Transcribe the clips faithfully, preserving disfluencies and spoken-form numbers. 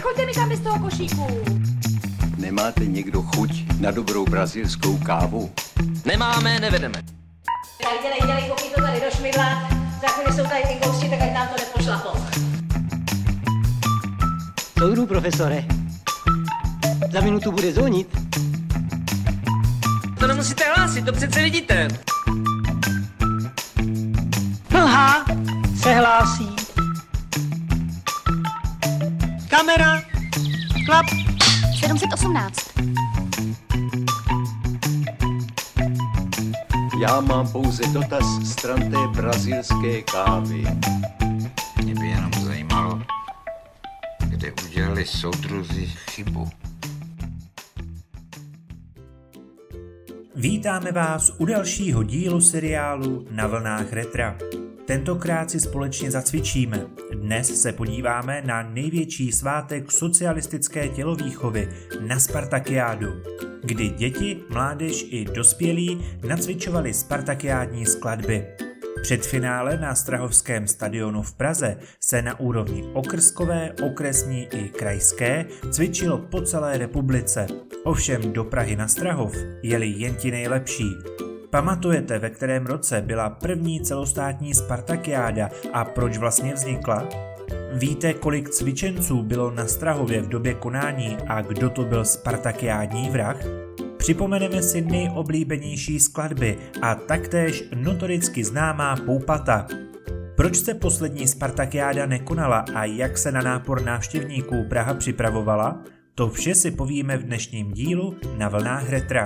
Nechoďte mi tam bez toho košíku. Nemáte někdo chuť na dobrou brazilskou kávu? Nemáme, nevedeme. Tak dělej, dělej, koukni to tady do šmidla. Za chvíli jsou tady ty gosti, tak ať nám to nepošlapou. Soudru, profesore. Za minutu bude zvonit. To nemusíte hlásit, to přece vidíte. Mlha se hlásí. Kamera. Klap. sedm set osmnáct. Já mám pouze dotaz stran té brazilské kávy. Mě by jenom zajímalo, kde udělali soudruzi chybu. Vítáme vás u dalšího dílu seriálu Na vlnách retra. Tentokrát si společně zacvičíme. Dnes se podíváme na největší svátek socialistické tělovýchovy, na Spartakiádu, kdy děti, mládež i dospělí nacvičovali spartakiádní skladby. Před finále na Strahovském stadionu v Praze se na úrovni okrskové, okresní i krajské cvičilo po celé republice. Ovšem do Prahy na Strahov jeli jen ti nejlepší. Pamatujete, ve kterém roce byla první celostátní Spartakiáda a proč vlastně vznikla? Víte, kolik cvičenců bylo na Strahově v době konání a kdo to byl spartakiádní vrah? Připomeneme si nejoblíbenější skladby a taktéž notoricky známá poupata. Proč se poslední Spartakiáda nekonala a jak se na nápor návštěvníků Praha připravovala? To vše si povíme v dnešním dílu Na vlnách retra.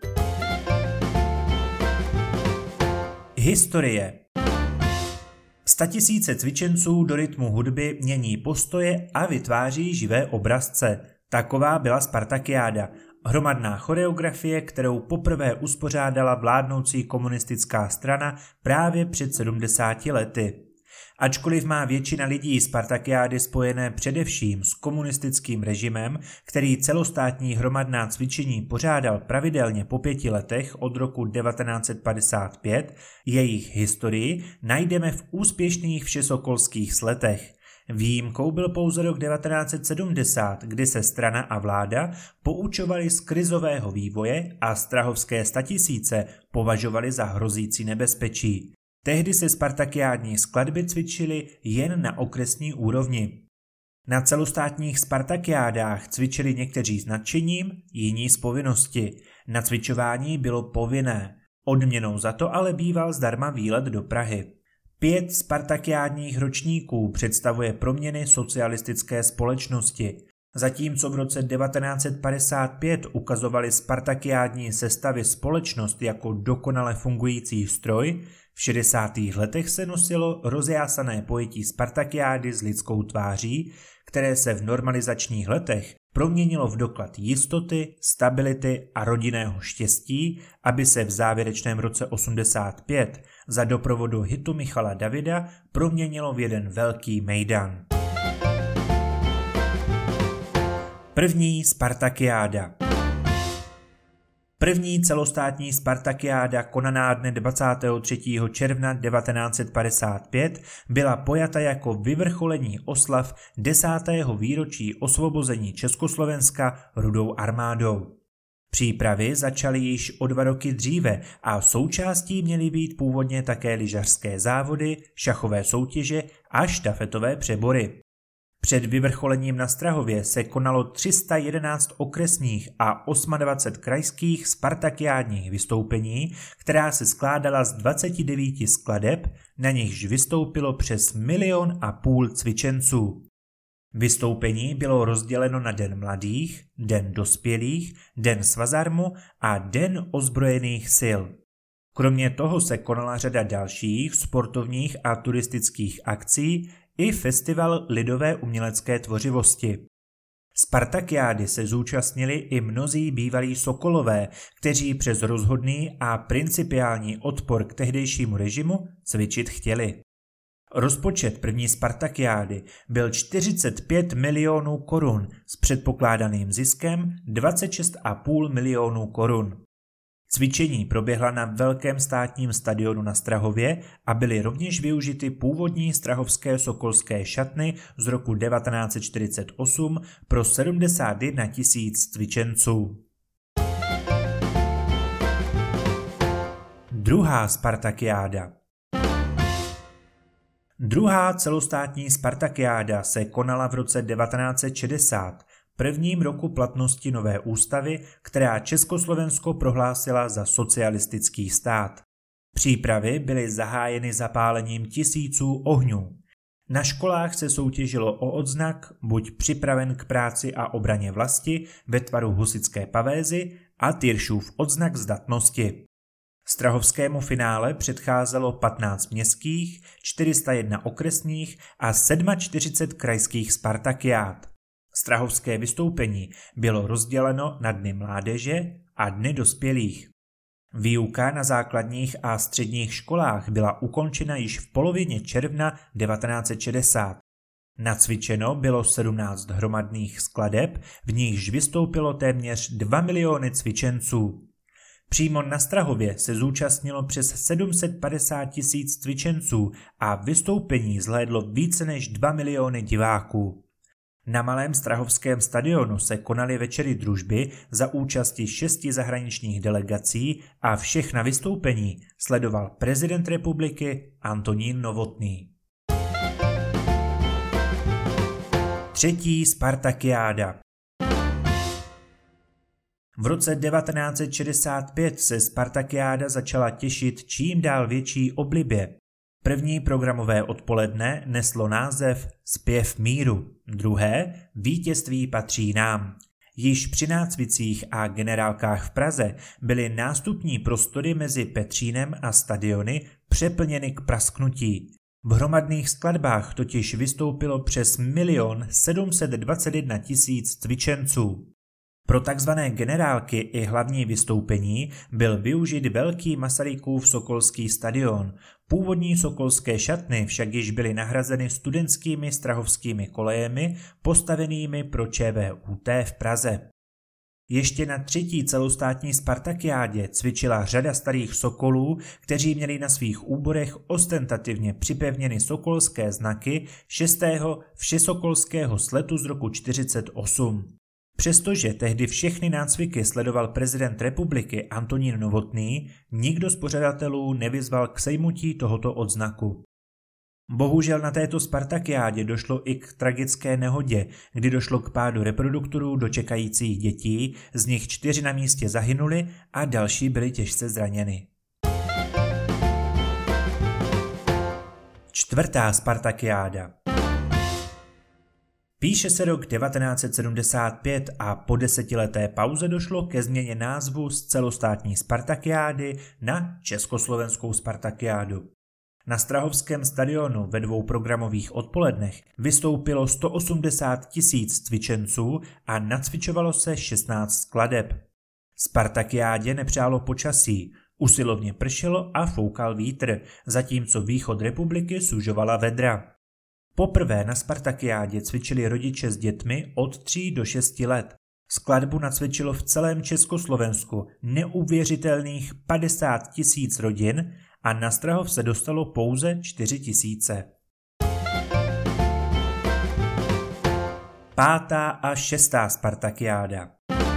Historie. Statisíce cvičenců do rytmu hudby mění postoje a vytváří živé obrazce. Taková byla Spartakiáda. Hromadná choreografie, kterou poprvé uspořádala vládnoucí komunistická strana právě před sedmdesáti lety. Ačkoliv má většina lidí Spartakiády spojené především s komunistickým režimem, který celostátní hromadná cvičení pořádal pravidelně po pěti letech od roku devatenáct set padesát pět, jejich historii najdeme v úspěšných všesokolských sletech. Výjimkou byl pouze rok devatenáct set sedmdesát, kdy se strana a vláda poučovali z krizového vývoje a strahovské statisíce považovali za hrozící nebezpečí. Tehdy se spartakiádní skladby cvičily jen na okresní úrovni. Na celostátních Spartakiádách cvičili někteří s nadšením, jiní z povinnosti. Na cvičování bylo povinné. Odměnou za to ale býval zdarma výlet do Prahy. Pět spartakiádních ročníků představuje proměny socialistické společnosti. Zatímco v roce devatenáct set padesát pět ukazovali spartakiádní sestavy společnost jako dokonale fungující stroj, v šedesátých letech se nosilo rozjásané pojetí Spartakiády s lidskou tváří, které se v normalizačních letech proměnilo v doklad jistoty, stability a rodinného štěstí, aby se v závěrečném roce osmdesát pět za doprovodu hitu Michala Davida proměnilo v jeden velký mejdan. První Spartakiáda. První celostátní Spartakiáda konaná dne dvacátého třetího června devatenáct set padesát pět byla pojata jako vyvrcholení oslav desátého výročí osvobození Československa Rudou armádou. Přípravy začaly již o dva roky dříve a součástí měly být původně také lyžařské závody, šachové soutěže a štafetové přebory. Před vyvrcholením na Strahově se konalo tři sta jedenáct okresních a dvacet osm krajských spartakiádních vystoupení, která se skládala z dvaceti devíti skladeb, na nichž vystoupilo přes milion a půl cvičenců. Vystoupení bylo rozděleno na Den mladých, Den dospělých, Den svazarmu a Den ozbrojených sil. Kromě toho se konala řada dalších sportovních a turistických akcí i festival lidové umělecké tvořivosti. Spartakiády se zúčastnili i mnozí bývalí sokolové, kteří přes rozhodný a principiální odpor k tehdejšímu režimu cvičit chtěli. Rozpočet první Spartakiády byl čtyřicet pět milionů korun s předpokládaným ziskem dvacet šest a půl milionů korun. Cvičení proběhla na velkém státním stadionu na Strahově a byly rovněž využity původní strahovské sokolské šatny z roku devatenáct set čtyřicet osm pro sedmdesát jedna tisíc cvičenců. Druhá spartakiáda. Druhá celostátní spartakiáda se konala v roce devatenáct set šedesát, prvním roku platnosti nové ústavy, která Československo prohlásila za socialistický stát. Přípravy byly zahájeny zapálením tisíců ohňů. Na školách se soutěžilo o odznak buď připraven k práci a obraně vlasti ve tvaru husitské pavézy a Tyršův odznak zdatnosti. Strahovskému finále předcházelo patnáct městských, čtyři sta jedna okresních a čtyřicet sedm krajských spartakiád. Strahovské vystoupení bylo rozděleno na dny mládeže a dny dospělých. Výuka na základních a středních školách byla ukončena již v polovině června devatenáct set šedesát. Nacvičeno bylo sedmnáct hromadných skladeb, v nichž vystoupilo téměř dva miliony cvičenců. Přímo na Strahově se zúčastnilo přes sedm set padesát tisíc cvičenců a vystoupení zhlédlo více než dva miliony diváků. Na malém strahovském stadionu se konaly večery družby za účasti šesti zahraničních delegací a všechna vystoupení sledoval prezident republiky Antonín Novotný. Třetí spartakiáda. V roce devatenáct set šedesát pět se spartakiáda začala těšit čím dál větší oblibě. První programové odpoledne neslo název Zpěv míru, druhé Vítězství patří nám. Již při nácvicích a generálkách v Praze byly nástupní prostory mezi Petřínem a stadiony přeplněny k prasknutí. V hromadných skladbách totiž vystoupilo přes milion sedm set dvacet jedna tisíc cvičenců. Pro takzvané generálky i hlavní vystoupení byl využit velký Masarykův sokolský stadion. Původní sokolské šatny však již byly nahrazeny studentskými strahovskými kolejemi postavenými pro ČVUT v Praze. Ještě na třetí celostátní spartakiádě cvičila řada starých sokolů, kteří měli na svých úborech ostentativně připevněny sokolské znaky šestého všesokolského sletu z roku čtyřicet osm. Přestože tehdy všechny nácviky sledoval prezident republiky Antonín Novotný, nikdo z pořadatelů nevyzval k sejmutí tohoto odznaku. Bohužel na této spartakiádě došlo i k tragické nehodě, kdy došlo k pádu reproduktorů do čekajících dětí, z nich čtyři na místě zahynuli a další byli těžce zraněny. Čtvrtá spartakiáda. Píše se rok devatenáct set sedmdesát pět a po desetileté pauze došlo ke změně názvu z celostátní spartakiády na Československou spartakiádu. Na strahovském stadionu ve dvou programových odpolednech vystoupilo sto osmdesát tisíc cvičenců a nacvičovalo se šestnáct skladeb. Spartakiádě nepřálo počasí, usilovně pršelo a foukal vítr, zatímco východ republiky sužovala vedra. Poprvé na spartakiádě cvičili rodiče s dětmi od tří do šesti let. Skladbu nacvičilo v celém Československu neuvěřitelných padesát tisíc rodin a na Strahov se dostalo pouze čtyři tisíce. Pátá a šestá spartakiáda.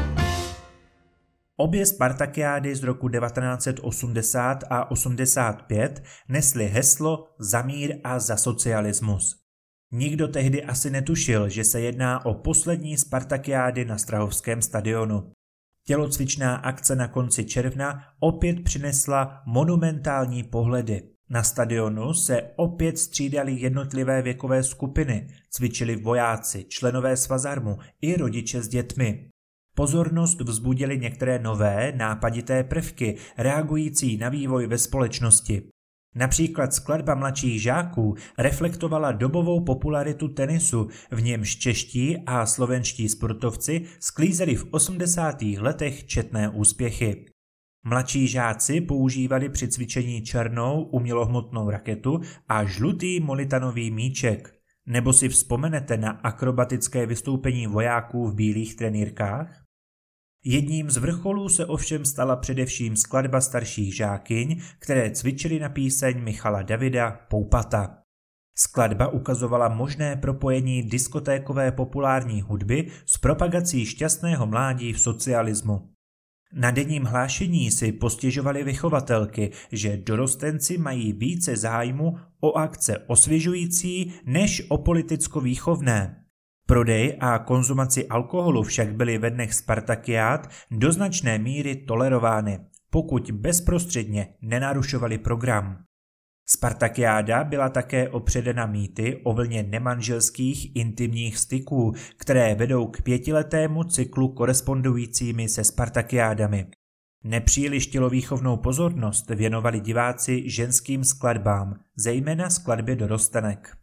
Obě spartakiády z roku devatenáct set osmdesát a osmdesát pět nesly heslo Za mír a za socialismus. Nikdo tehdy asi netušil, že se jedná o poslední spartakiády na strahovském stadionu. Tělocvičná akce na konci června opět přinesla monumentální pohledy. Na stadionu se opět střídaly jednotlivé věkové skupiny, cvičili vojáci, členové svazarmu i rodiče s dětmi. Pozornost vzbudily některé nové, nápadité prvky, reagující na vývoj ve společnosti. Například skladba mladších žáků reflektovala dobovou popularitu tenisu, v němž čeští a slovenští sportovci sklízeli v osmdesátých letech četné úspěchy. Mladší žáci používali při cvičení černou umělohmotnou raketu a žlutý molitanový míček. Nebo si vzpomenete na akrobatické vystoupení vojáků v bílých trenýrkách? Jedním z vrcholů se ovšem stala především skladba starších žákyň, které cvičily na píseň Michala Davida Poupata. Skladba ukazovala možné propojení diskotékové populární hudby s propagací šťastného mládí v socialismu. Na denním hlášení si postěžovaly vychovatelky, že dorostenci mají více zájmu o akce osvěžující než o politicko-výchovné. Prodej a konzumaci alkoholu však byly ve dnech Spartakiád do značné míry tolerovány, pokud bezprostředně nenarušovaly program. Spartakiáda byla také opředena mýty o vlně nemanželských intimních styků, které vedou k pětiletému cyklu korespondujícími se Spartakiádami. Nepříliš tělovýchovnou pozornost věnovali diváci ženským skladbám, zejména skladbě dorostenek.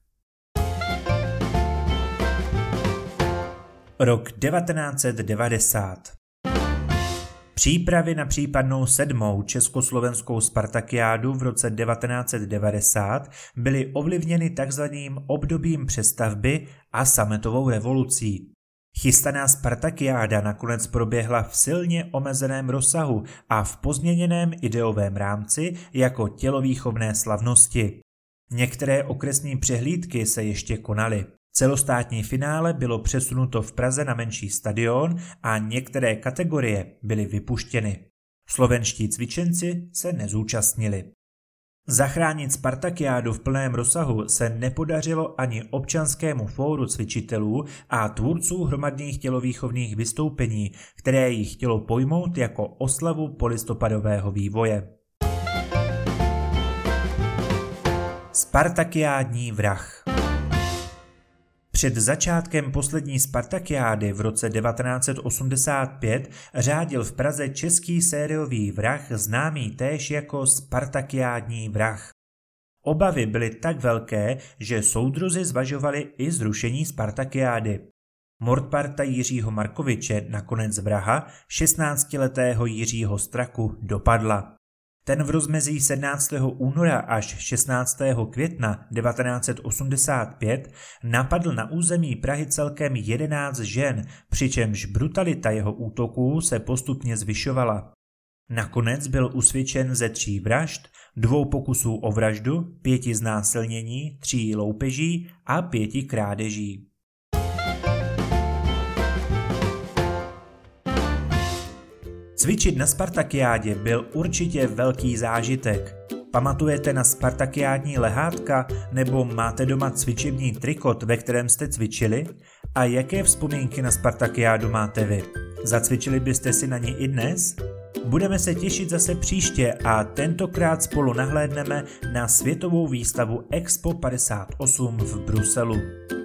Rok devatenáct set devadesát. Přípravy na případnou sedmou československou Spartakiádu v roce devatenáct set devadesát byly ovlivněny takzvaným obdobím přestavby a sametovou revolucí. Chystaná Spartakiáda nakonec proběhla v silně omezeném rozsahu a v pozměněném ideovém rámci jako tělovýchovné slavnosti. Některé okresní přehlídky se ještě konaly. Celostátní finále bylo přesunuto v Praze na menší stadion a některé kategorie byly vypuštěny. Slovenští cvičenci se nezúčastnili. Zachránit Spartakiádu v plném rozsahu se nepodařilo ani občanskému fóru cvičitelů a tvůrců hromadných tělovýchovných vystoupení, které ji chtělo pojmout jako oslavu polistopadového vývoje. Spartakiádní vrah. Před začátkem poslední Spartakiády v roce devatenáct set osmdesát pět řádil v Praze český sériový vrah známý též jako Spartakiádní vrah. Obavy byly tak velké, že soudruzi zvažovali i zrušení Spartakiády. Mordparta Jiřího Markoviče nakonec vraha, šestnáctiletého Jiřího Straku, dopadla. Ten v rozmezí sedmnáctého února až šestnáctého května devatenáct set osmdesát pět napadl na území Prahy celkem jedenáct žen, přičemž brutalita jeho útoků se postupně zvyšovala. Nakonec byl usvědčen ze tří vražd, dvou pokusů o vraždu, pěti znásilnění, tří loupeží a pěti krádeží. Cvičit na Spartakiádě byl určitě velký zážitek. Pamatujete na Spartakiádní lehátka nebo máte doma cvičební trikot, ve kterém jste cvičili? A jaké vzpomínky na Spartakiádu máte vy? Zacvičili byste si na ní i dnes? Budeme se těšit zase příště a tentokrát spolu nahlédneme na světovou výstavu Expo padesát osm v Bruselu.